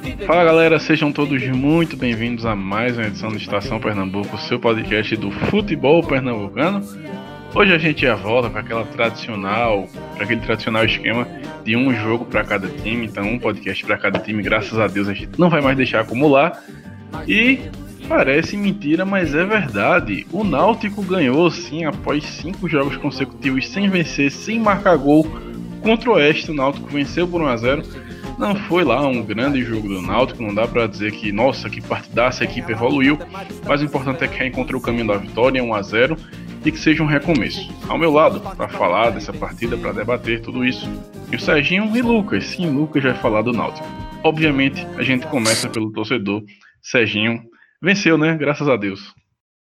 Fala galera, sejam todos muito bem-vindos a mais uma edição do Estação Pernambuco, seu podcast do futebol pernambucano. Hoje a gente já volta com aquele tradicional esquema de um jogo para cada time, então um podcast para cada time. Graças a Deus a gente não vai mais deixar acumular. E parece mentira, mas é verdade. O Náutico ganhou sim após 5 jogos consecutivos sem vencer, sem marcar gol contra o Oeste. O Náutico venceu por 1-0. Não foi lá um grande jogo do Náutico, não dá pra dizer que, nossa, que partidaça, a equipe evoluiu, mas o importante é que encontrou o caminho da vitória, 1-0, e que seja um recomeço. Ao meu lado, para falar dessa partida, para debater tudo isso, e o Serginho e Lucas. Sim, Lucas vai falar do Náutico. Obviamente, a gente começa pelo torcedor. Serginho venceu, né? Graças a Deus.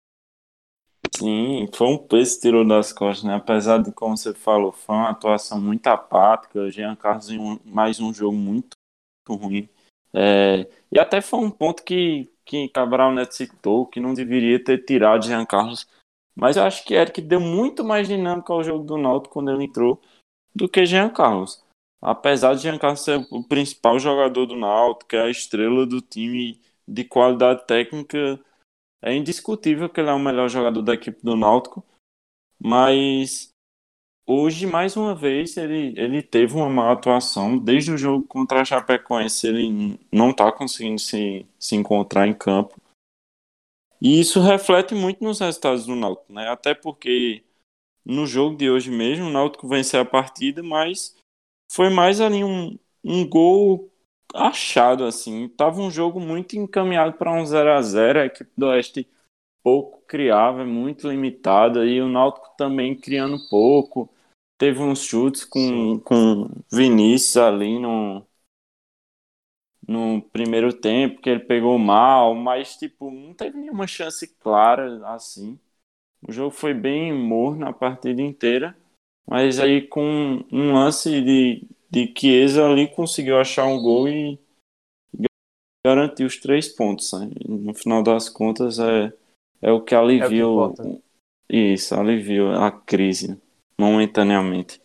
Sim, foi um peso que tirou das costas, né? Apesar de, como você falou, foi uma atuação muito apática. O Jean Carlos em mais um jogo muito ruim. E até foi um ponto que Cabral Neto citou, que não deveria ter tirado Jean Carlos. Mas eu acho que Eric deu muito mais dinâmica ao jogo do Náutico quando ele entrou do que Jean Carlos. Apesar de Jean Carlos ser o principal jogador do Náutico, que é a estrela do time de qualidade técnica, é indiscutível que ele é o melhor jogador da equipe do Náutico, mas hoje, mais uma vez, ele teve uma má atuação. Desde o jogo contra a Chapecoense, ele não está conseguindo se encontrar em campo. E isso reflete muito nos resultados do Náutico, né? Até porque no jogo de hoje mesmo, o Náutico venceu a partida, mas foi mais ali um gol achado, assim. Tava um jogo muito encaminhado para um 0-0. A equipe do Oeste pouco criava, muito limitada, e o Náutico também criando pouco. Teve uns chutes Sim. com Vinícius ali no primeiro tempo, que ele pegou mal, mas tipo, não teve nenhuma chance clara assim. O jogo foi bem morno a partida inteira, mas aí com um lance de Chiesa ali conseguiu achar um gol e garantiu os 3 pontos, né? No final das contas é o que É o que importa. isso, aliviou a crise momentaneamente.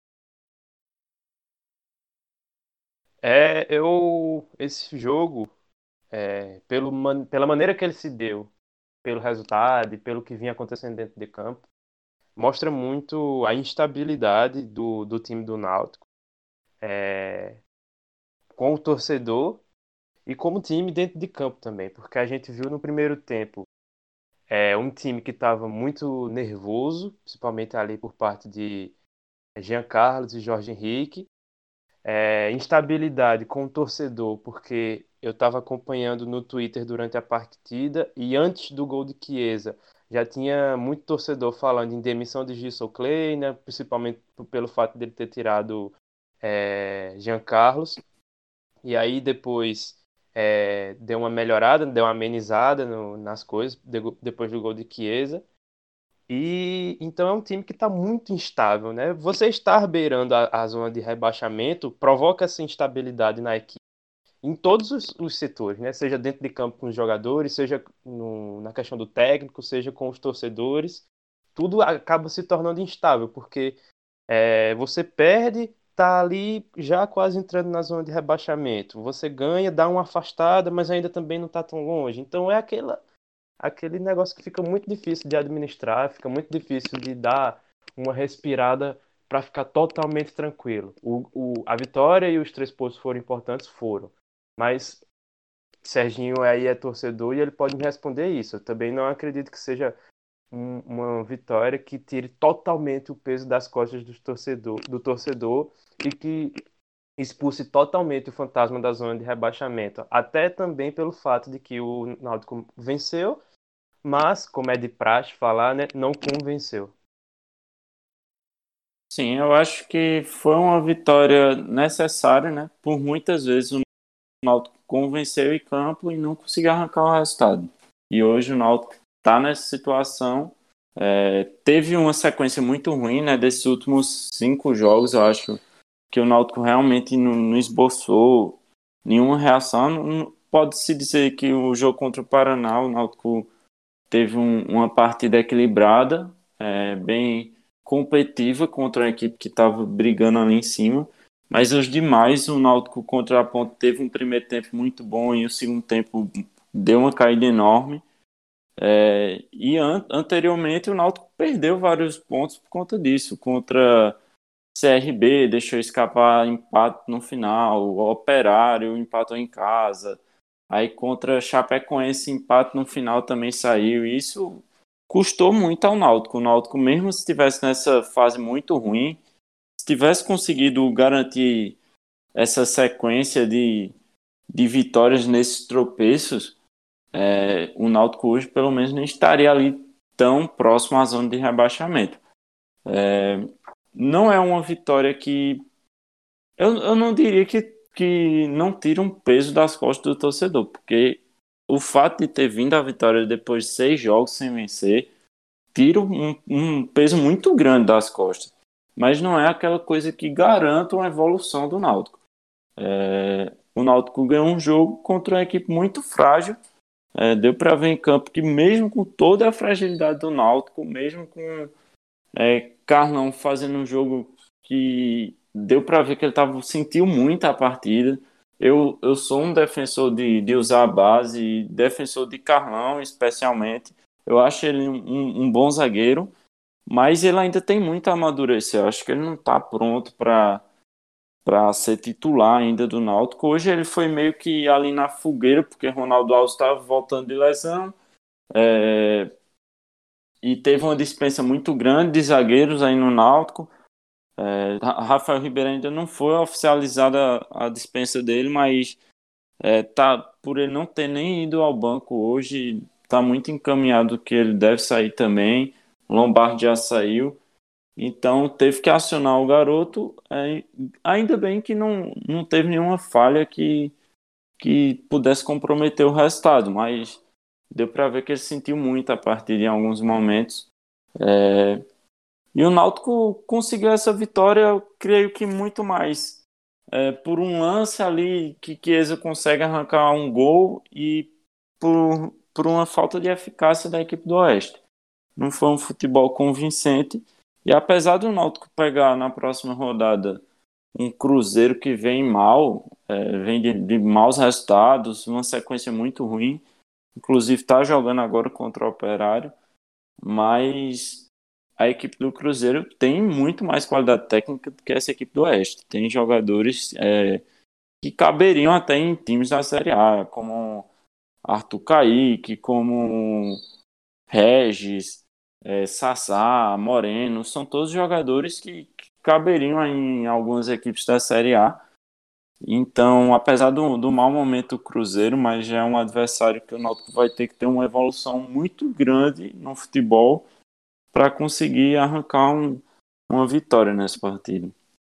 Esse jogo, pela maneira que ele se deu, pelo resultado e pelo que vinha acontecendo dentro de campo, mostra muito a instabilidade do time do Náutico, com o torcedor e como time dentro de campo também, porque a gente viu no primeiro tempo um time que estava muito nervoso, principalmente ali por parte de Jean Carlos e Jorge Henrique. Instabilidade com o torcedor, porque eu estava acompanhando no Twitter durante a partida e antes do gol de Chiesa já tinha muito torcedor falando em demissão de Gilson Clay, né, principalmente pelo fato dele ter tirado Jean Carlos. E aí depois deu uma melhorada, deu uma amenizada nas coisas depois do gol de Chiesa. E então é um time que está muito instável, né? Você estar beirando a zona de rebaixamento provoca essa instabilidade na equipe, em todos os setores, né? Seja dentro de campo com os jogadores, seja na questão do técnico, seja com os torcedores, tudo acaba se tornando instável, porque você perde, tá ali já quase entrando na zona de rebaixamento. Você ganha, dá uma afastada, mas ainda também não está tão longe. Então é aquele negócio que fica muito difícil de administrar, fica muito difícil de dar uma respirada para ficar totalmente tranquilo. A vitória e os 3 pontos foram importantes, foram. Mas Serginho aí é torcedor e ele pode me responder isso. Eu também não acredito que seja uma vitória que tire totalmente o peso das costas do torcedor e que expulse totalmente o fantasma da zona de rebaixamento. Até também pelo fato de que o Náutico venceu, mas, como é de praxe falar, né, não convenceu. Sim, eu acho que foi uma vitória necessária, né? Por muitas vezes o Náutico convenceu em campo e não conseguiu arrancar o resultado. E hoje o Náutico está nessa situação. Teve uma sequência muito ruim, né? Desses últimos 5 jogos, eu acho que o Náutico realmente não esboçou nenhuma reação. Pode-se dizer que o jogo contra o Paraná, o Náutico teve uma partida equilibrada, bem competitiva contra a equipe que estava brigando ali em cima, Mas os demais, o Náutico contra a Ponte teve um primeiro tempo muito bom e o segundo tempo deu uma caída enorme. E anteriormente o Náutico perdeu vários pontos por conta disso. Contra CRB, deixou escapar empate no final. O Operário empatou em casa. Aí contra Chapecoense, empate no final também saiu. E isso custou muito ao Náutico. O Náutico, mesmo se estivesse nessa fase muito ruim, se tivesse conseguido garantir essa sequência de vitórias nesses tropeços, o Náutico hoje pelo menos não estaria ali tão próximo à zona de rebaixamento. Não é uma vitória que... Eu não diria que não tira um peso das costas do torcedor, porque o fato de ter vindo a vitória depois de 6 jogos sem vencer tira um peso muito grande das costas. Mas não é aquela coisa que garanta uma evolução do Náutico. O Náutico ganhou um jogo contra uma equipe muito frágil. Deu para ver em campo que mesmo com toda a fragilidade do Náutico, mesmo com Carlão fazendo um jogo que deu para ver que ele sentiu muito a partida. Eu sou um defensor de usar a base, defensor de Carlão especialmente. Eu acho ele um bom zagueiro, mas ele ainda tem muito a amadurecer. Eu acho que ele não está pronto para ser titular ainda do Náutico. Hoje ele foi meio que ali na fogueira, porque Ronaldo Alves estava voltando de lesão. E teve uma dispensa muito grande de zagueiros aí no Náutico. Rafael Ribeiro ainda não foi oficializada a dispensa dele, mas por ele não ter nem ido ao banco hoje, está muito encaminhado que ele deve sair também. O Lombardi já saiu. Então teve que acionar o garoto. Ainda bem que não teve nenhuma falha que pudesse comprometer o resultado, mas deu para ver que ele sentiu muito a partida em alguns momentos. E o Náutico conseguiu essa vitória, eu creio que muito mais por um lance ali que Chiesa consegue arrancar um gol e por uma falta de eficácia da equipe do Oeste. Não foi um futebol convincente. E apesar do Náutico pegar na próxima rodada um Cruzeiro que vem mal, vem de maus resultados, uma sequência muito ruim, inclusive está jogando agora contra o Operário, mas a equipe do Cruzeiro tem muito mais qualidade técnica do que essa equipe do Oeste. Tem jogadores que caberiam até em times da Série A, como Arthur Caíque, como Regis, Sassá, Moreno, são todos jogadores que caberiam em algumas equipes da Série A. Então, apesar do mau momento do Cruzeiro, mas já é um adversário que o Náutico vai ter que ter uma evolução muito grande no futebol para conseguir arrancar uma vitória nessa partida.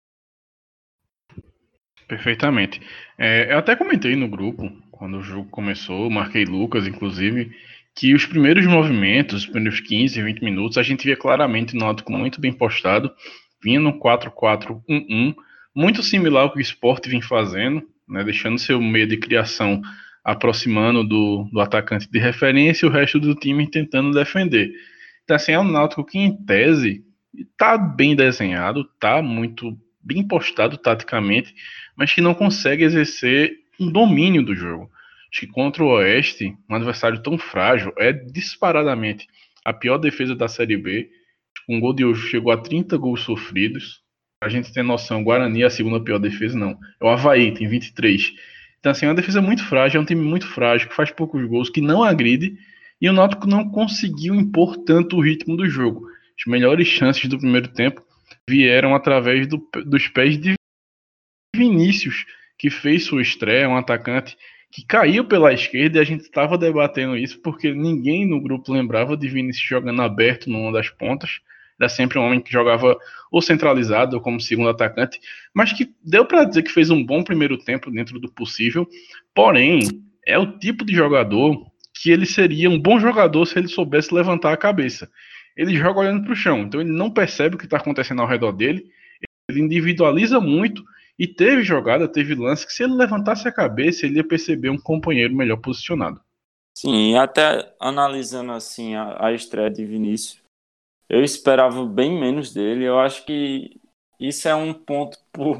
Perfeitamente. Eu até comentei no grupo, quando o jogo começou, marquei Lucas, inclusive, que os primeiros movimentos, os primeiros 15, 20 minutos, a gente via claramente o Náutico muito bem postado, vinha no 4-4-1-1, muito similar ao que o Sport vinha fazendo, né, deixando seu meio de criação aproximando do atacante de referência e o resto do time tentando defender. Então, assim, é um Náutico que, em tese, está bem desenhado, está muito bem postado taticamente, mas que não consegue exercer um domínio do jogo. Acho que contra o Oeste, um adversário tão frágil, é disparadamente a pior defesa da Série B. Um gol de hoje chegou a 30 gols sofridos. A gente tem noção, o Guarani é a segunda pior defesa, não. É o Avaí, tem 23. Então, assim, é uma defesa muito frágil, é um time muito frágil, que faz poucos gols, que não agride, e o Náutico não conseguiu impor tanto o ritmo do jogo. As melhores chances do primeiro tempo vieram através dos pés de Vinícius, que fez sua estreia, um atacante que caiu pela esquerda, e a gente estava debatendo isso porque ninguém no grupo lembrava de Vinícius jogando aberto numa das pontas. Era sempre um homem que jogava ou centralizado ou como segundo atacante, mas que deu para dizer que fez um bom primeiro tempo dentro do possível. Porém, é o tipo de jogador que ele seria um bom jogador se ele soubesse levantar a cabeça. Ele joga olhando para o chão, então ele não percebe o que está acontecendo ao redor dele, ele individualiza muito. E teve lance que se ele levantasse a cabeça, ele ia perceber um companheiro melhor posicionado. Sim, até analisando assim a estreia de Vinícius, eu esperava bem menos dele. Eu acho que isso é um ponto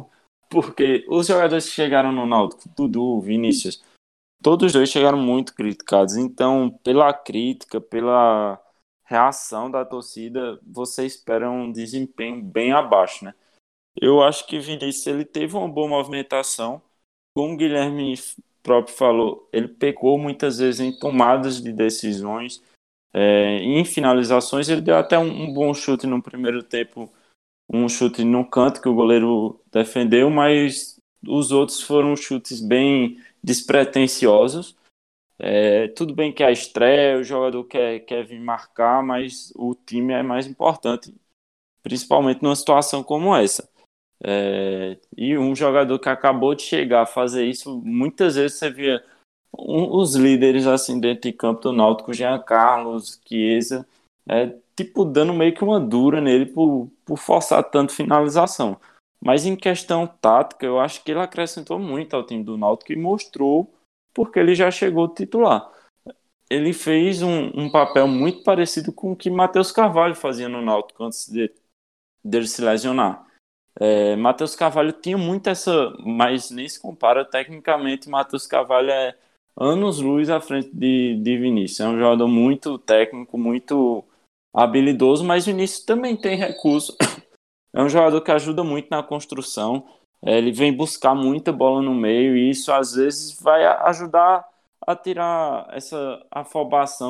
Porque os jogadores que chegaram no Náutico, Dudu, Vinícius, todos os dois chegaram muito criticados. Então, pela crítica, pela reação da torcida, você espera um desempenho bem abaixo, né? Eu acho que Vinícius ele teve uma boa movimentação. Como o Guilherme próprio falou, ele pecou muitas vezes em tomadas de decisões, em finalizações. Ele deu até um bom chute no primeiro tempo, um chute no canto que o goleiro defendeu, mas os outros foram chutes bem despretensiosos. Tudo bem que é a estreia, o jogador quer vir marcar, mas o time é mais importante, principalmente numa situação como essa. E um jogador que acabou de chegar a fazer isso, muitas vezes você via os líderes assim dentro de campo do Náutico, Jean Carlos, Chiesa, tipo dando meio que uma dura nele por forçar tanto finalização. Mas em questão tática, eu acho que ele acrescentou muito ao time do Náutico e mostrou porque ele já chegou titular. Ele fez um papel muito parecido com o que Matheus Carvalho fazia no Náutico antes dele se lesionar. Matheus Carvalho tinha muito essa, mas nem se compara tecnicamente. Matheus Carvalho é anos-luz à frente de Vinícius. É um jogador muito técnico, muito habilidoso, mas Vinícius também tem recurso. É um jogador que ajuda muito na construção. Ele vem buscar muita bola no meio e isso às vezes vai ajudar a tirar essa afobação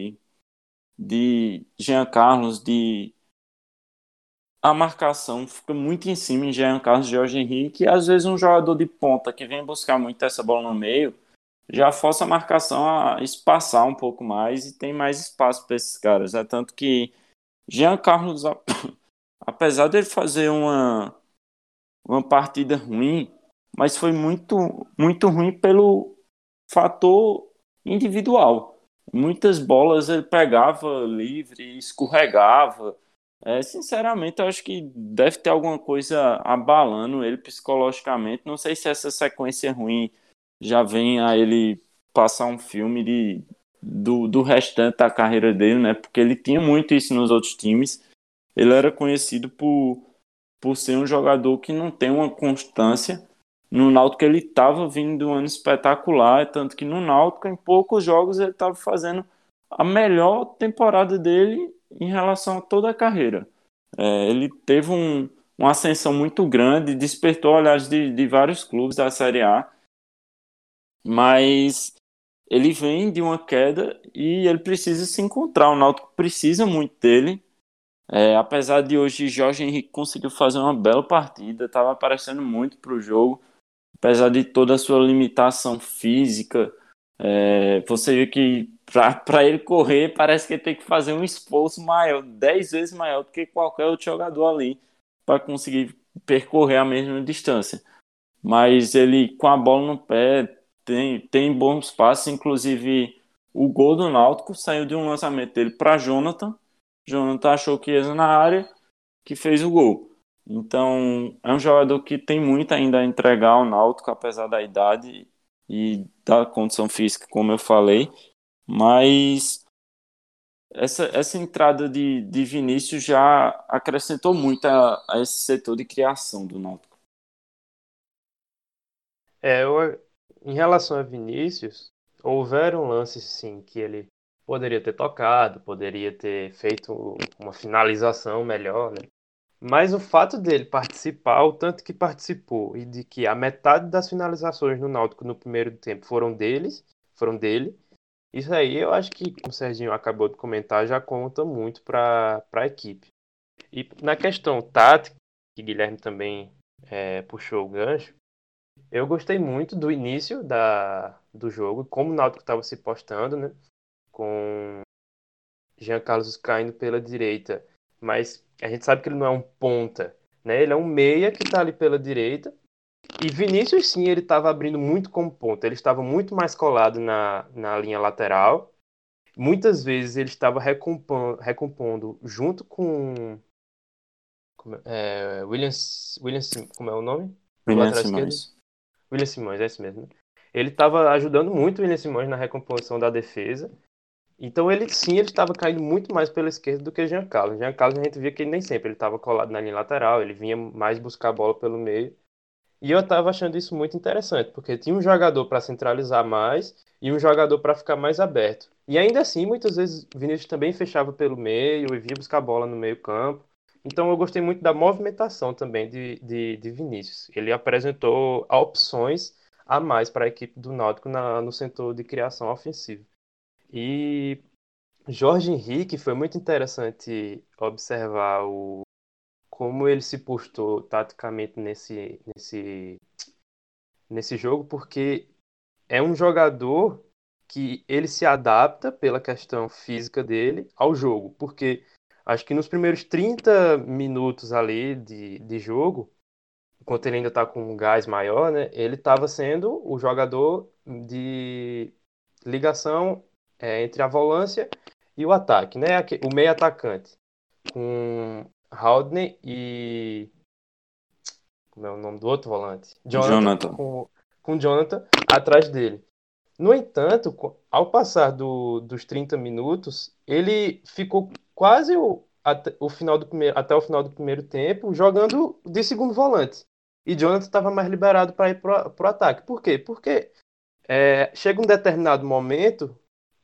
de Jean Carlos, de a marcação fica muito em cima em Jean Carlos e Jorge Henrique, e às vezes um jogador de ponta que vem buscar muito essa bola no meio já força a marcação a espaçar um pouco mais e tem mais espaço para esses caras. É tanto que Jean Carlos, apesar dele fazer uma partida ruim, mas foi muito, muito ruim pelo fator individual. Muitas bolas ele pegava livre, escorregava. Sinceramente, eu acho que deve ter alguma coisa abalando ele psicologicamente. Não sei se essa sequência ruim já vem a ele passar um filme do restante da carreira dele, né? Porque ele tinha muito isso nos outros times. Ele era conhecido por ser um jogador que não tem uma constância. No Náutico ele estava vindo de um ano espetacular, tanto que no Náutico, em poucos jogos, ele estava fazendo a melhor temporada dele em relação a toda a carreira. Ele teve uma ascensão muito grande, despertou olhares de vários clubes da Série A, mas ele vem de uma queda e ele precisa se encontrar. O Náutico precisa muito dele. Apesar de hoje Jorge Henrique conseguiu fazer uma bela partida, estava aparecendo muito para o jogo, apesar de toda a sua limitação física. Você vê que para ele correr parece que ele tem que fazer um esforço maior, 10 vezes maior do que qualquer outro jogador ali para conseguir percorrer a mesma distância. Mas ele com a bola no pé tem bons passos, inclusive o gol do Náutico saiu de um lançamento dele para Jonathan. Jonathan achou que ia na área, que fez o gol. Então, é um jogador que tem muito ainda a entregar ao Náutico, apesar da idade e da condição física, como eu falei. Mas essa entrada de Vinícius já acrescentou muito a esse setor de criação do Náutico. Em relação a Vinícius, houveram lances, sim, que ele poderia ter tocado, poderia ter feito uma finalização melhor, né? Mas o fato dele participar, o tanto que participou, e de que a metade das finalizações no Náutico no primeiro tempo foram dele, isso aí eu acho que, como o Serginho acabou de comentar, já conta muito para a equipe. E na questão tática, que Guilherme também puxou o gancho, eu gostei muito do início do jogo, como o Náutico estava se postando, né? Com Jean Carlos caindo pela direita, mas a gente sabe que ele não é um ponta, né? Ele é um meia que está ali pela direita. E Vinícius, sim, ele estava abrindo muito como ponta. Ele estava muito mais colado na linha lateral. Muitas vezes ele estava recompondo junto com como é o nome? Do William lateral esquerdo? Simões. William Simões, é esse mesmo, né? Ele estava ajudando muito o William Simões na recomposição da defesa. Então ele sim, ele estava caindo muito mais pela esquerda do que Jean Carlos. Jean Carlos a gente via que nem sempre ele estava colado na linha lateral, ele vinha mais buscar a bola pelo meio. E eu estava achando isso muito interessante, porque tinha um jogador para centralizar mais e um jogador para ficar mais aberto. E ainda assim, muitas vezes Vinícius também fechava pelo meio e vinha buscar a bola no meio-campo. Então eu gostei muito da movimentação também de Vinícius. Ele apresentou opções a mais para a equipe do Náutico no setor de criação ofensiva. E Jorge Henrique foi muito interessante observar como ele se postou taticamente nesse jogo, porque é um jogador que ele se adapta pela questão física dele ao jogo, porque acho que nos primeiros 30 minutos ali de jogo, enquanto ele ainda está com um gás maior, né, ele estava sendo o jogador de ligação entre a volância e o ataque, né, o meio atacante, com Haldane e como é o nome do outro volante? Jonathan, Jonathan. com Jonathan atrás dele. No entanto, ao passar dos 30 minutos, ele ficou quase até o final do primeiro tempo jogando de segundo volante. E Jonathan estava mais liberado para ir para o ataque. Por quê? Porque chega um determinado momento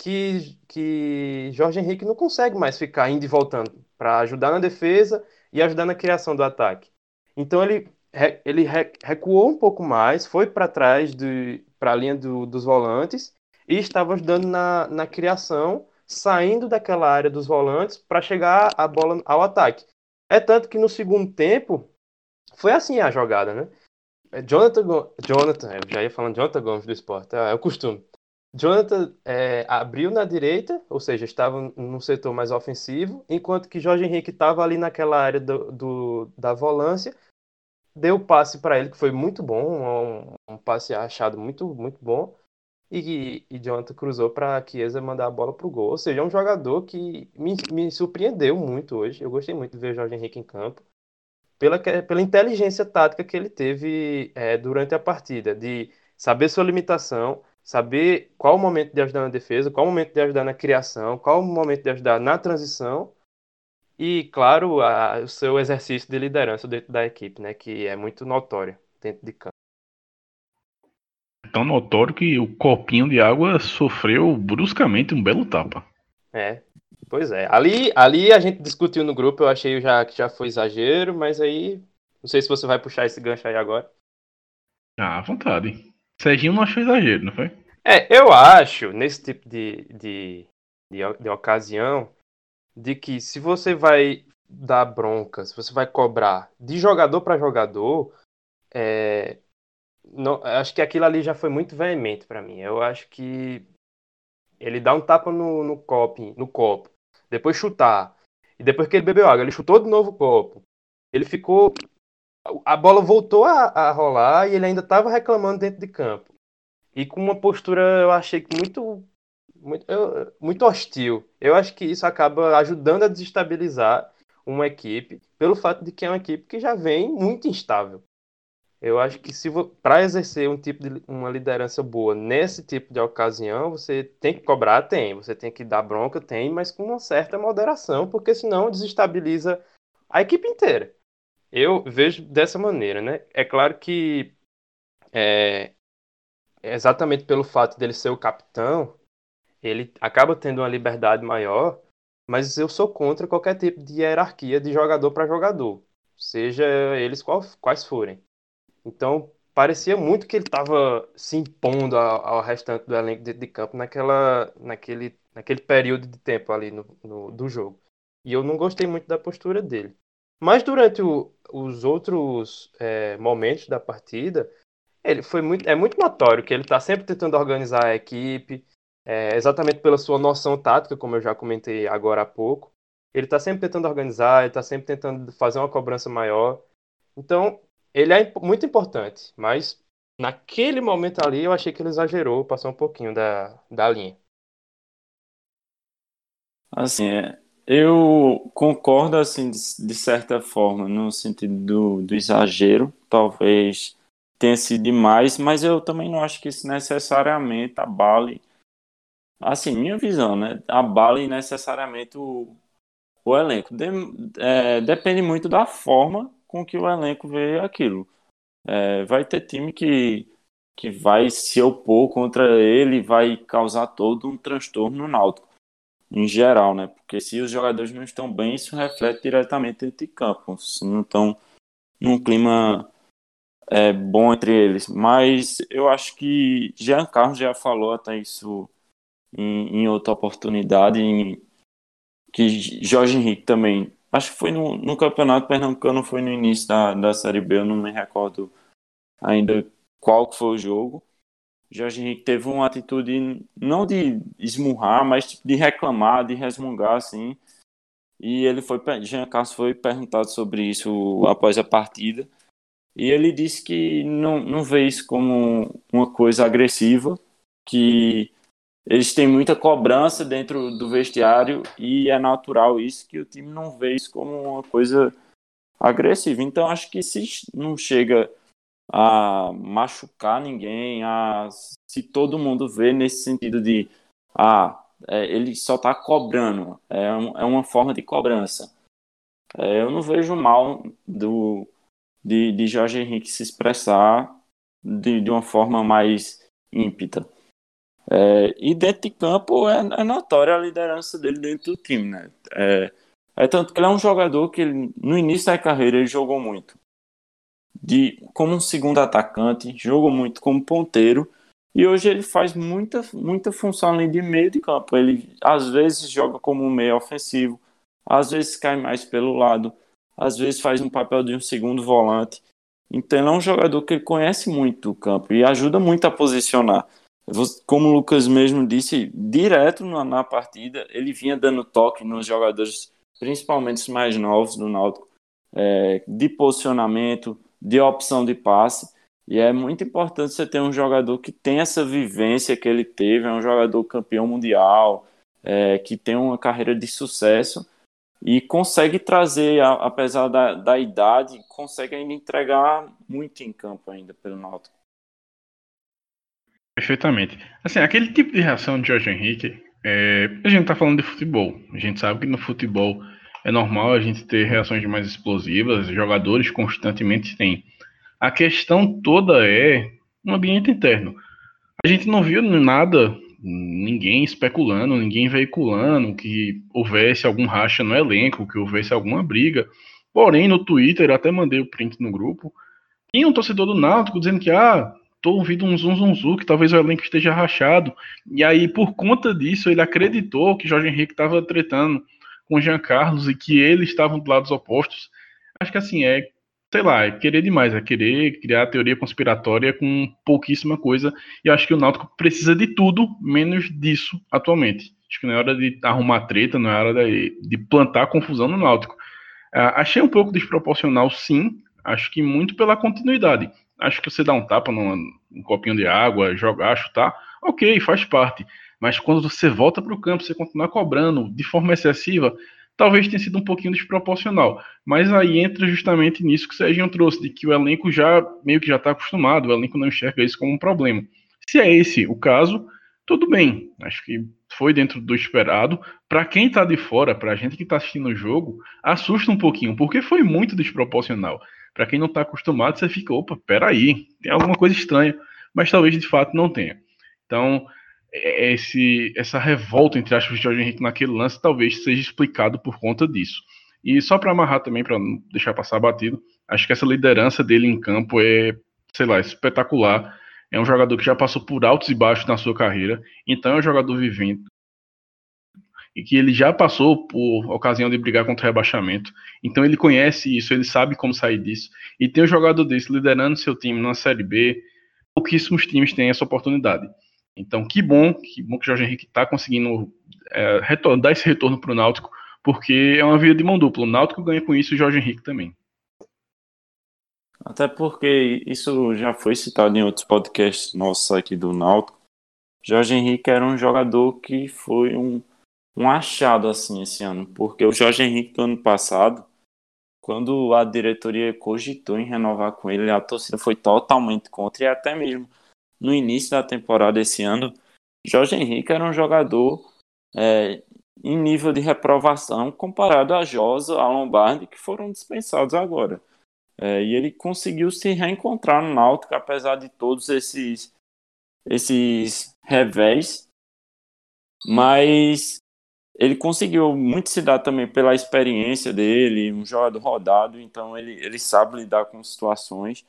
que Jorge Henrique não consegue mais ficar indo e voltando para ajudar na defesa e ajudar na criação do ataque. Então ele recuou um pouco mais, foi para trás para a linha dos volantes e estava ajudando na criação, saindo daquela área dos volantes para chegar a bola ao ataque. É tanto que no segundo tempo foi assim a jogada, né? Jonathan, eu já ia falando Jonathan Gomes do Sport, é o costume. Jonathan abriu na direita, ou seja, estava no setor mais ofensivo, enquanto que Jorge Henrique estava ali naquela área da volância, deu passe para ele, que foi muito bom, um passe achado muito, muito bom, e Jonathan cruzou para Chiesa mandar a bola para o gol. Ou seja, é um jogador que me surpreendeu muito hoje. Eu gostei muito de ver Jorge Henrique em campo pela inteligência tática que ele teve durante a partida, de saber sua limitação, saber qual o momento de ajudar na defesa, qual o momento de ajudar na criação, qual o momento de ajudar na transição e, claro, o seu exercício de liderança dentro da equipe, né, que é muito notório dentro de campo. É tão notório que o copinho de água sofreu bruscamente um belo tapa. Pois é. Ali a gente discutiu no grupo, eu achei que já foi exagero, mas aí não sei se você vai puxar esse gancho aí agora. Ah, à vontade. Serginho não achou exagero, não foi? Eu acho, nesse tipo de ocasião, de que se você vai dar bronca, se você vai cobrar de jogador para jogador, não, acho que aquilo ali já foi muito veemente para mim. Eu acho que ele dá um tapa no copo, depois chutar, e depois que ele bebeu água, ele chutou de novo o copo. Ele ficou. A bola voltou a rolar e ele ainda estava reclamando dentro de campo. E com uma postura, eu achei que muito hostil. Eu acho que isso acaba ajudando a desestabilizar uma equipe, pelo fato de que é uma equipe que já vem muito instável. Eu acho que se para exercer uma liderança boa nesse tipo de ocasião, você tem que cobrar, tem, você tem que dar bronca, tem, mas com uma certa moderação, porque senão desestabiliza a equipe inteira. Eu vejo dessa maneira, né? É claro que é, exatamente pelo fato dele ser o capitão, ele acaba tendo uma liberdade maior, mas eu sou contra qualquer tipo de hierarquia de jogador para jogador, seja eles quais forem. Então, parecia muito que ele estava se impondo ao restante do elenco de campo naquele período de tempo ali do jogo. E eu não gostei muito da postura dele. Mas durante os outros momentos da partida, é muito notório que ele está sempre tentando organizar a equipe, exatamente pela sua noção tática, como eu já comentei agora há pouco. Ele está sempre tentando organizar, ele está sempre tentando fazer uma cobrança maior. Então, ele é muito importante, mas naquele momento ali eu achei que ele exagerou, passou um pouquinho da linha. Assim, eu concordo assim de certa forma no sentido do exagero, talvez tenha sido demais, mas eu também não acho que isso necessariamente abale, assim, minha visão, né? Abale necessariamente o elenco. Depende muito da forma com que o elenco vê aquilo. vai ter time que vai se opor contra ele, vai causar todo um transtorno no Náutico, em geral, né? Porque se os jogadores não estão bem, isso reflete diretamente dentro de campo. Se não estão num clima bom entre eles. Mas eu acho que Jean Carlos já falou até isso em outra oportunidade, que Jorge Henrique também. Acho que foi no Campeonato Pernambucano, foi no início da Série B, eu não me recordo ainda qual que foi o jogo. Jorge Henrique teve uma atitude não de esmurrar, mas tipo, de reclamar, de resmungar, assim. E Jean Carlos foi perguntado sobre isso após a partida. E ele disse que não vê isso como uma coisa agressiva, que eles têm muita cobrança dentro do vestiário e é natural isso, que o time não vê isso como uma coisa agressiva. Então acho que se não chega a machucar ninguém, se todo mundo vê nesse sentido de ele só está cobrando, é uma forma de cobrança. Eu não vejo mal de Jorge Henrique se expressar de uma forma mais ímpita. E dentro de campo é notória a liderança dele dentro do time, né? Tanto que ele é um jogador que no início da carreira ele jogou muito como um segundo atacante, jogou muito como ponteiro, e hoje ele faz muita função ali de meio de campo. Ele às vezes joga como um meio ofensivo, às vezes cai mais pelo lado, às vezes faz um papel de um segundo volante. Então ele é um jogador que ele conhece muito o campo e ajuda muito a posicionar. Como o Lucas mesmo disse, direto na partida, ele vinha dando toque nos jogadores, principalmente os mais novos do Náutico, de posicionamento, de opção de passe. E é muito importante você ter um jogador que tem essa vivência que ele teve, é um jogador campeão mundial, que tem uma carreira de sucesso e consegue trazer, apesar da idade, consegue ainda entregar muito em campo ainda pelo Náutico. Perfeitamente. Assim, aquele tipo de reação de Jorge Henrique, a gente tá falando de futebol. A gente sabe que no futebol é normal a gente ter reações mais explosivas, jogadores constantemente têm. A questão toda é um ambiente interno. A gente não viu nada, ninguém especulando, ninguém veiculando que houvesse algum racha no elenco, que houvesse alguma briga. Porém, no Twitter, eu até mandei o print no grupo, tinha um torcedor do Náutico dizendo que, tô ouvindo um zum, que talvez o elenco esteja rachado. E aí, por conta disso, ele acreditou que Jorge Henrique estava tretando com o Jean Carlos e que eles estavam do lados opostos. Acho que assim, sei lá, é querer demais, é querer criar teoria conspiratória com pouquíssima coisa. E eu acho que o Náutico precisa de tudo, menos disso atualmente. Acho que não é hora de arrumar treta, não é hora de plantar confusão no Náutico. Achei um pouco desproporcional, sim. Acho que muito pela continuidade. Acho que você dá um tapa num copinho de água, jogar, chutar, ok, faz parte. Mas quando você volta para o campo, você continuar cobrando de forma excessiva, talvez tenha sido um pouquinho desproporcional. Mas aí entra justamente nisso que o Serginho trouxe, de que o elenco já meio que já está acostumado, o elenco não enxerga isso como um problema. Se é esse o caso, tudo bem. Acho que foi dentro do esperado. Para quem está de fora, para a gente que está assistindo o jogo, assusta um pouquinho, porque foi muito desproporcional. Para quem não está acostumado, você fica, opa, peraí, tem alguma coisa estranha, mas talvez de fato não tenha. Então, essa revolta, entre aspas, de Jorge Henrique naquele lance, talvez seja explicado por conta disso. E só para amarrar também, para não deixar passar batido, acho que essa liderança dele em campo sei lá, espetacular. É um jogador que já passou por altos e baixos na sua carreira, então é um jogador vivente, e que ele já passou por ocasião de brigar contra o rebaixamento. Então ele conhece isso, ele sabe como sair disso. E ter um jogador desse liderando seu time na Série B, pouquíssimos times têm essa oportunidade. Então que bom que o Jorge Henrique está conseguindo dar esse retorno para o Náutico, porque é uma via de mão dupla. O Náutico ganha com isso e o Jorge Henrique também. Até porque isso já foi citado em outros podcasts nossos aqui do Náutico. Jorge Henrique era um jogador que foi um achado assim esse ano, porque o Jorge Henrique do ano passado, quando a diretoria cogitou em renovar com ele, a torcida foi totalmente contra, e até mesmo no início da temporada esse ano, Jorge Henrique era um jogador em nível de reprovação comparado a Josa, a Lombardi, que foram dispensados agora. E ele conseguiu se reencontrar no Náutico, apesar de todos esses revés, mas ele conseguiu muito se dar também pela experiência dele, um jogador rodado, então ele sabe lidar com situações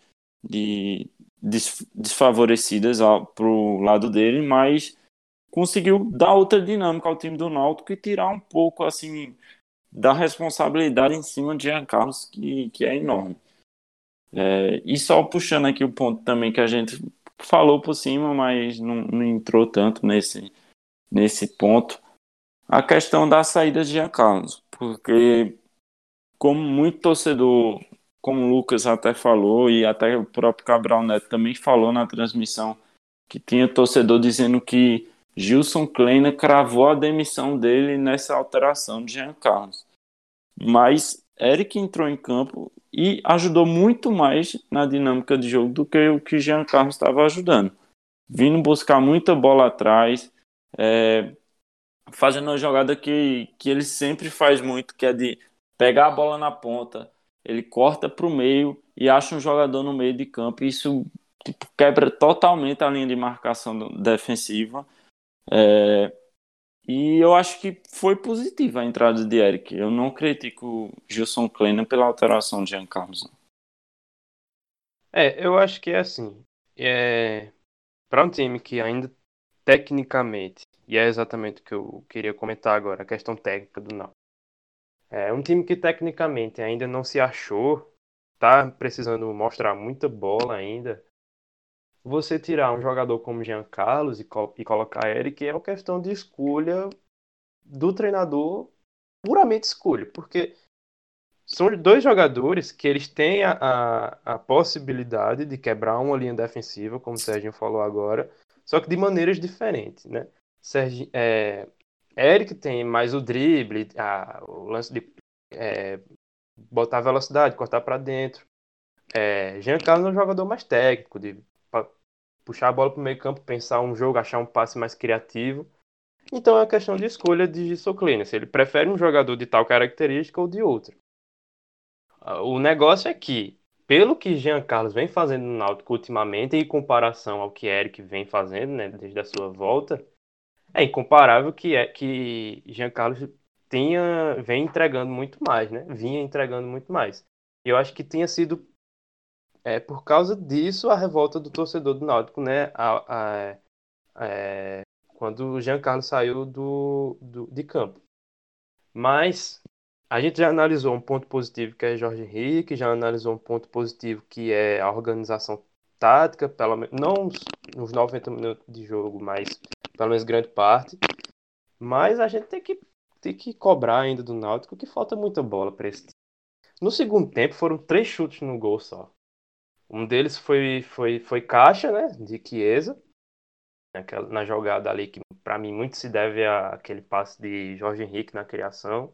desfavorecidas para o lado dele, mas conseguiu dar outra dinâmica ao time do Náutico e tirar um pouco assim da responsabilidade em cima de Jean Carlos, que é enorme. E só puxando aqui o ponto também que a gente falou por cima, mas não entrou tanto nesse ponto, a questão da saída de Jean Carlos, porque como muito torcedor, como o Lucas até falou, e até o próprio Cabral Neto também falou na transmissão, que tinha torcedor dizendo que Gilson Kleina cravou a demissão dele nessa alteração de Jean Carlos. Mas Eric entrou em campo e ajudou muito mais na dinâmica de jogo do que o que Jean Carlos estava ajudando. Vindo buscar muita bola atrás, fazendo uma jogada que ele sempre faz muito, que é de pegar a bola na ponta, ele corta para o meio e acha um jogador no meio de campo. E isso quebra totalmente a linha de marcação defensiva. E eu acho que foi positiva a entrada de Eric. Eu não critico o Gilson Kleina pela alteração de Jean Carlos. Eu acho que é assim. Para um time que ainda tecnicamente, e é exatamente o que eu queria comentar agora, a questão técnica do Náutico. É um time que tecnicamente ainda não se achou, tá precisando mostrar muita bola ainda. Você tirar um jogador como Jean Carlos e colocar Eric é uma questão de escolha do treinador, puramente escolha, porque são dois jogadores que eles têm a possibilidade de quebrar uma linha defensiva, como o Serginho falou agora, só que de maneiras diferentes, né? Eric tem mais o drible, o lance de botar velocidade, cortar para dentro. Jean Carlos é um jogador mais técnico, de puxar a bola para o meio campo, pensar um jogo, achar um passe mais criativo. Então é uma questão de escolha de Soclina, se ele prefere um jogador de tal característica ou de outra. O negócio é que, pelo que Jean Carlos vem fazendo no Náutico ultimamente, em comparação ao que Eric vem fazendo, né, desde a sua volta, é incomparável que Jean Carlos vem entregando muito mais, né? Vinha entregando muito mais. E eu acho que tinha sido por causa disso a revolta do torcedor do Náutico, né? Quando o Jean Carlos saiu de campo. Mas a gente já analisou um ponto positivo que é Jorge Henrique, já analisou um ponto positivo que é a organização tática, pelo menos não nos 90 minutos de jogo, mas pelo menos grande parte. Mas a gente tem que cobrar ainda do Náutico que falta muita bola para esse time. No segundo tempo foram 3 chutes no gol só. Um deles foi caixa, né, de Chiesa, na jogada ali que para mim muito se deve àquele passe de Jorge Henrique na criação.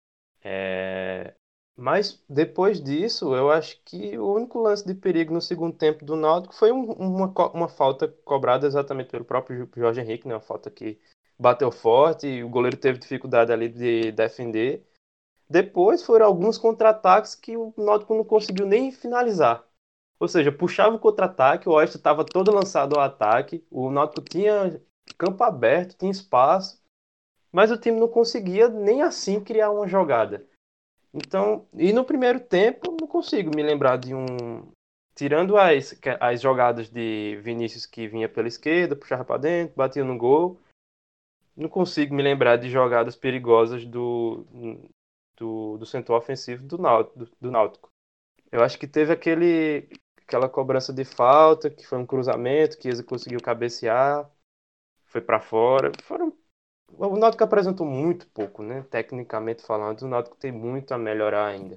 Mas depois disso, eu acho que o único lance de perigo no segundo tempo do Náutico foi uma falta cobrada exatamente pelo próprio Jorge Henrique, né, uma falta que bateu forte e o goleiro teve dificuldade ali de defender. Depois foram alguns contra-ataques que o Náutico não conseguiu nem finalizar. Ou seja, puxava o contra-ataque, o Oeste estava todo lançado ao ataque, o Náutico tinha campo aberto, tinha espaço, mas o time não conseguia nem assim criar uma jogada. Então, e no primeiro tempo, não consigo me lembrar de um. Tirando as jogadas de Vinícius que vinha pela esquerda, puxava para dentro, batia no gol, não consigo me lembrar de jogadas perigosas do setor ofensivo do Náutico. Eu acho que teve aquela cobrança de falta, que foi um cruzamento, que Chiesa conseguiu cabecear, foi para fora. O Náutico apresentou muito pouco, né? Tecnicamente falando, o Náutico tem muito a melhorar ainda.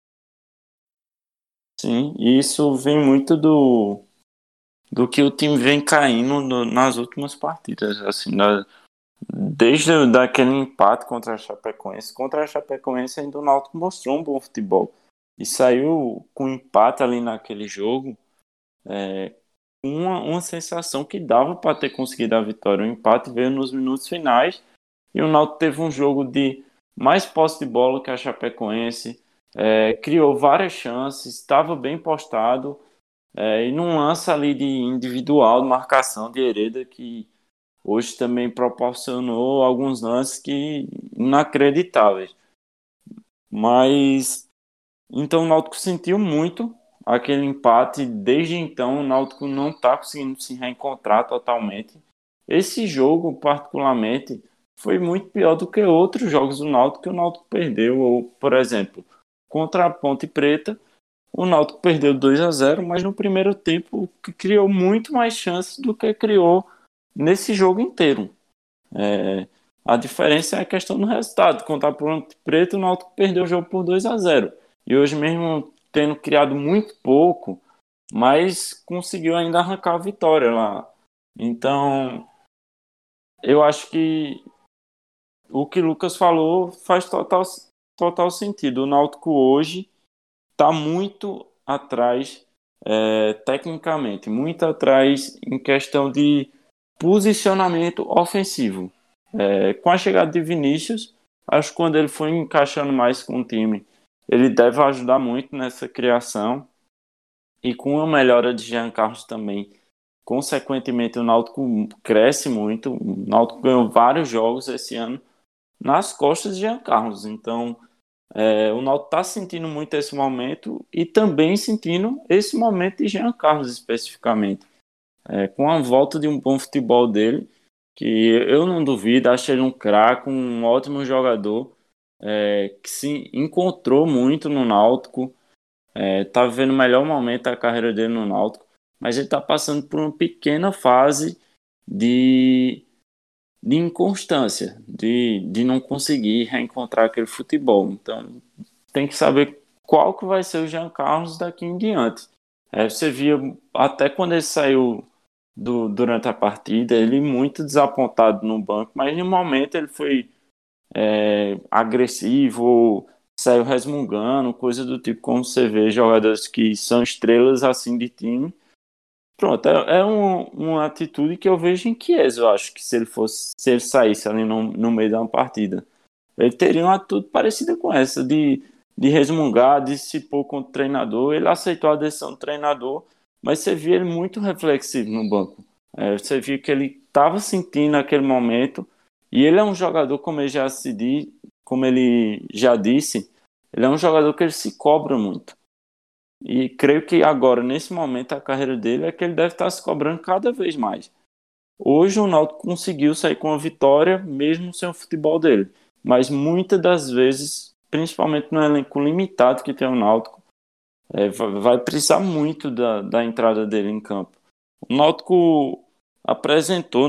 Sim, e isso vem muito do que o time vem caindo nas últimas partidas, assim, desde daquele empate contra a Chapecoense. Contra a Chapecoense ainda o Náutico mostrou um bom futebol e saiu com empate ali naquele jogo, uma sensação que dava para ter conseguido a vitória. O empate veio nos minutos finais e o Náutico teve um jogo de mais posse de bola que a Chapecoense, criou várias chances, estava bem postado, e num lance ali de individual, de marcação de Hereda, que hoje também proporcionou alguns lances que inacreditáveis. Mas então o Náutico sentiu muito aquele empate. Desde então o Náutico não está conseguindo se reencontrar totalmente. Esse jogo, particularmente, foi muito pior do que outros jogos do Náutico que o Náutico perdeu. Ou, por exemplo, contra a Ponte Preta, o Náutico perdeu 2-0, mas no primeiro tempo criou muito mais chances do que criou nesse jogo inteiro. É, a diferença é a questão do resultado. Contra a Ponte Preta, o Náutico perdeu o jogo por 2-0. E hoje mesmo tendo criado muito pouco, mas conseguiu ainda arrancar a vitória lá. Então, eu acho que o que o Lucas falou faz total sentido. O Náutico hoje está muito atrás, tecnicamente, muito atrás em questão de posicionamento ofensivo. Com a chegada de Vinícius, acho que quando ele foi encaixando mais com o time, ele deve ajudar muito nessa criação. E com a melhora de Jean Carlos também, consequentemente, o Náutico cresce muito. O Náutico ganhou vários jogos esse ano nas costas de Jean Carlos. Então, o Náutico está sentindo muito esse momento e também sentindo esse momento de Jean Carlos especificamente. Com a volta de um bom futebol dele, que eu não duvido, acho ele um craque, um ótimo jogador, que se encontrou muito no Náutico, tá vivendo o melhor momento da carreira dele no Náutico, mas ele está passando por uma pequena fase de inconstância, de não conseguir reencontrar aquele futebol. Então, tem que saber qual que vai ser o Jean Carlos daqui em diante. Você via, até quando ele saiu durante a partida, ele muito desapontado no banco, mas no momento ele foi agressivo, saiu resmungando, coisa do tipo, como você vê jogadores que são estrelas assim de time. Pronto, uma atitude que eu vejo em Chiesa. Eu acho que se ele saísse ali no meio de uma partida, ele teria uma atitude parecida com essa, de resmungar, de se pôr contra o treinador. Ele aceitou a decisão do treinador, mas você via ele muito reflexivo no banco. Você via que ele estava sentindo aquele momento, e ele é um jogador, como ele já disse, ele é um jogador que ele se cobra muito. E creio que agora, nesse momento, a carreira dele é que ele deve estar se cobrando cada vez mais. Hoje o Náutico conseguiu sair com a vitória, mesmo sem o futebol dele. Mas muitas das vezes, principalmente no elenco limitado que tem o Náutico, vai precisar muito da entrada dele em campo. O Náutico apresentou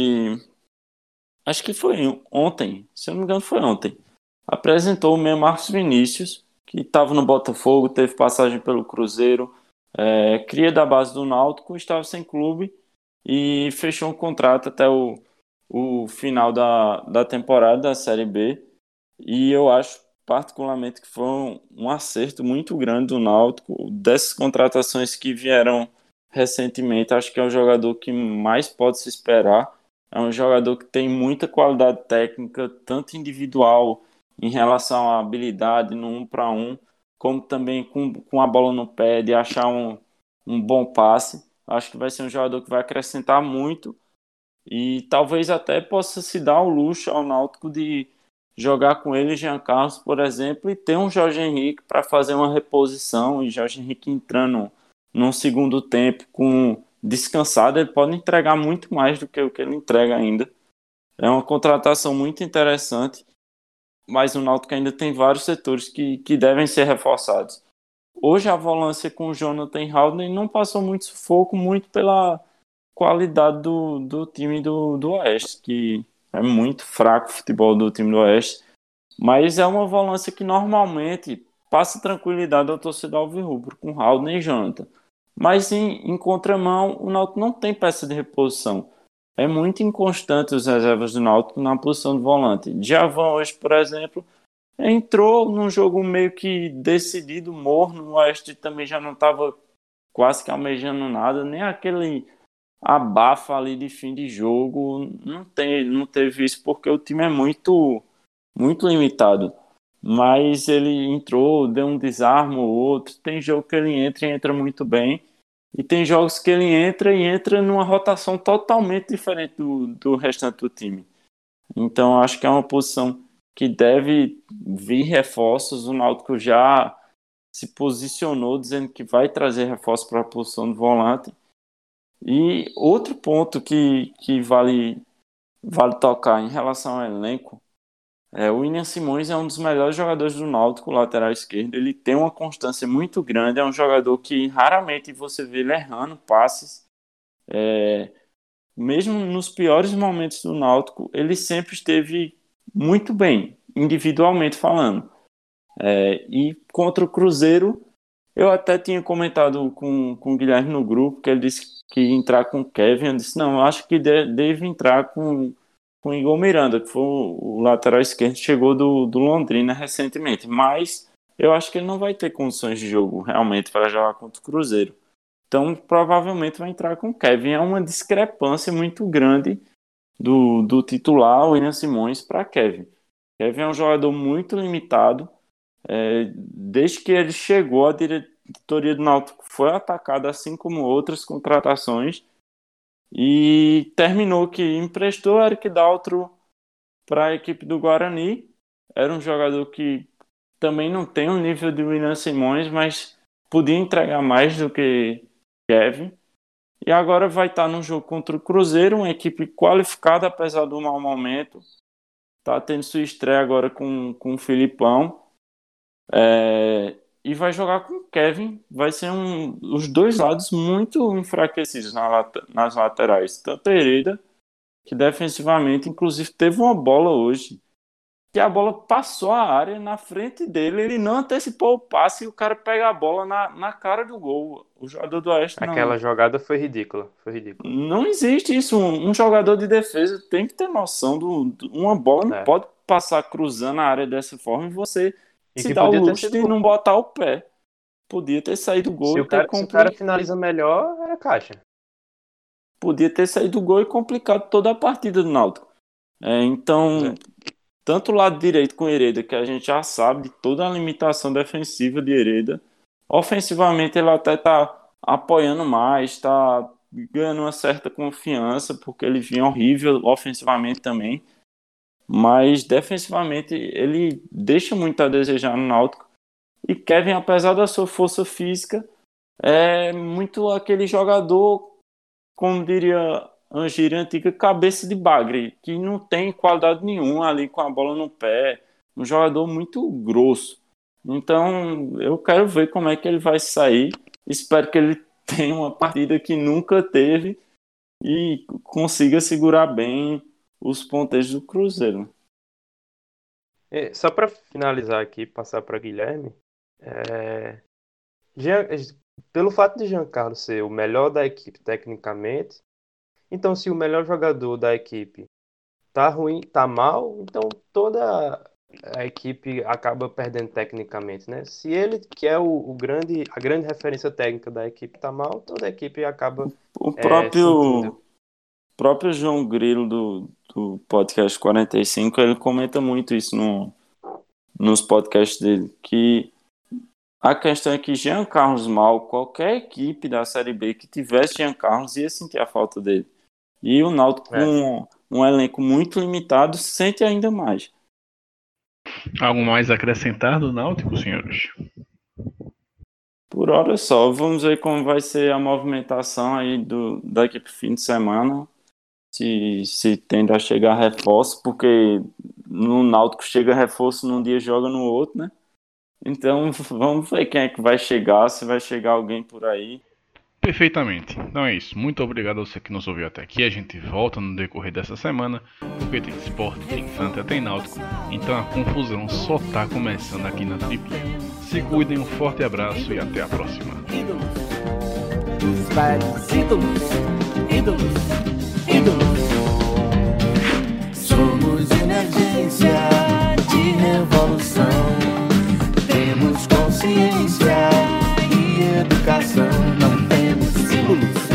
acho que foi ontem, se eu não me engano foi ontem, apresentou o meio Marcos Vinícius, que estava no Botafogo, teve passagem pelo Cruzeiro, cria da base do Náutico, estava sem clube e fechou um contrato até o final da temporada da Série B. E eu acho particularmente que foi um acerto muito grande do Náutico. Dessas contratações que vieram recentemente, acho que é o jogador que mais pode se esperar. É um jogador que tem muita qualidade técnica, tanto individual em relação à habilidade no 1 para 1, como também com a bola no pé, de achar um bom passe. Acho que vai ser um jogador que vai acrescentar muito e talvez até possa se dar o luxo ao Náutico de jogar com ele Jean Carlos, por exemplo, e ter um Jorge Henrique para fazer uma reposição, e Jorge Henrique entrando num segundo tempo descansado, ele pode entregar muito mais do que o que ele entrega ainda. É uma contratação muito interessante, mas o Náutico ainda tem vários setores que devem ser reforçados. Hoje a volância com o Jonathan Haldane não passou muito sufoco, muito pela qualidade do time do Oeste, que é muito fraco o futebol do time do Oeste, mas é uma volância que normalmente passa tranquilidade ao torcedor alvirrubro, com Haldane e Jonathan. Mas em contramão, o Náutico não tem peça de reposição. É muito inconstante os reservas do Náutico na posição de volante. Djavan hoje, por exemplo, entrou num jogo meio que decidido, morno. O Oeste também já não estava quase que almejando nada, nem aquele abafa ali de fim de jogo. Não teve isso porque o time é muito, muito limitado. mas ele entrou, deu um desarme ou outro. Tem jogo que ele entra e entra muito bem, e tem jogos que ele entra e entra numa rotação totalmente diferente do restante do time. Então, acho que é uma posição que deve vir reforços. O Náutico já se posicionou dizendo que vai trazer reforços para a posição de volante. E outro ponto que vale tocar em relação ao elenco, o William Simões é um dos melhores jogadores do Náutico, lateral esquerdo. Ele tem uma constância muito grande, é um jogador que raramente você vê ele errando passes. Mesmo nos piores momentos do Náutico, ele sempre esteve muito bem, individualmente falando. E contra o Cruzeiro, eu até tinha comentado com o Guilherme no grupo, que ele disse que ia entrar com o Kevin. Eu disse, não, eu acho que deve entrar com o Igor Miranda, que foi o lateral esquerdo, chegou do Londrina recentemente. Mas eu acho que ele não vai ter condições de jogo realmente para jogar contra o Cruzeiro. Então, provavelmente vai entrar com o Kevin. É uma discrepância muito grande do titular, William Simões, para Kevin. Kevin é um jogador muito limitado. Desde que ele chegou, a diretoria do Náutico foi atacada, assim como outras contratações, e terminou que emprestou Eric Daltro para a equipe do Guarani. Era um jogador que também não tem o nível de William Simões, mas podia entregar mais do que Kevin. E agora vai estar no jogo contra o Cruzeiro, uma equipe qualificada apesar do mau momento. Está tendo sua estreia agora com o Filipão. E vai jogar com o Kevin. Vai ser os dois lados muito enfraquecidos nas laterais. Tanto Hereda, que defensivamente, inclusive, teve uma bola hoje, que a bola passou a área na frente dele, ele não antecipou o passe e o cara pega a bola na cara do gol. O jogador do Oeste Aquela jogada foi ridícula. Não existe isso. Um jogador de defesa tem que ter noção uma bola não pode passar cruzando a área dessa forma e você se dá o luxo de não botar o pé. Podia ter saído o gol se o cara finaliza melhor, é caixa. Podia ter saído o gol e complicado toda a partida do Náutico. Então, tanto o lado direito com o Hereda, que a gente já sabe de toda a limitação defensiva de Hereda. Ofensivamente, ele até está apoiando mais, está ganhando uma certa confiança, porque ele vinha horrível ofensivamente também. Mas defensivamente ele deixa muito a desejar no Náutico. E Kevin, apesar da sua força física, é muito aquele jogador, como diria Angíria antiga, cabeça de bagre, que não tem qualidade nenhuma ali com a bola no pé. Um jogador muito grosso. Então eu quero ver como é que ele vai sair. Espero que ele tenha uma partida que nunca teve e consiga segurar bem os ponteiros do Cruzeiro. Só para finalizar aqui, passar para Guilherme, pelo fato de Giancarlo ser o melhor da equipe tecnicamente, então se o melhor jogador da equipe tá ruim, tá mal, então toda a equipe acaba perdendo tecnicamente, né? Se ele, que é a grande referência técnica da equipe, tá mal, toda a equipe acaba o próprio João Grilo do podcast 45, ele comenta muito isso nos podcasts dele, que a questão é que Jean Carlos mal, qualquer equipe da Série B que tivesse Jean Carlos ia sentir a falta dele. E o Náutico, com um elenco muito limitado, sente ainda mais. Algo mais a acrescentar do Náutico, senhores? Por hora só. Vamos ver como vai ser a movimentação aí daqui para o fim de semana. Se tende a chegar reforço, porque no Náutico chega reforço num dia e joga no outro, né? Então vamos ver quem é que vai chegar, se vai chegar alguém por aí. Perfeitamente. Então é isso. Muito obrigado a você que nos ouviu até aqui. A gente volta no decorrer dessa semana, porque tem esporte, tem Santa, tem Náutico. Então a confusão só tá começando aqui na Tripla. Se cuidem, um forte abraço e até a próxima. Somos emergência de revolução. Temos consciência e educação. Não temos símbolos.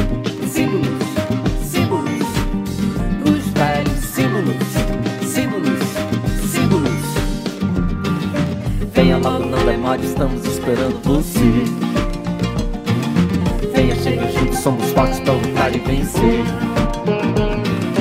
Os velhos símbolos. rádio, estamos esperando você. Venha, chega junto, somos fortes pra lutar e vencer.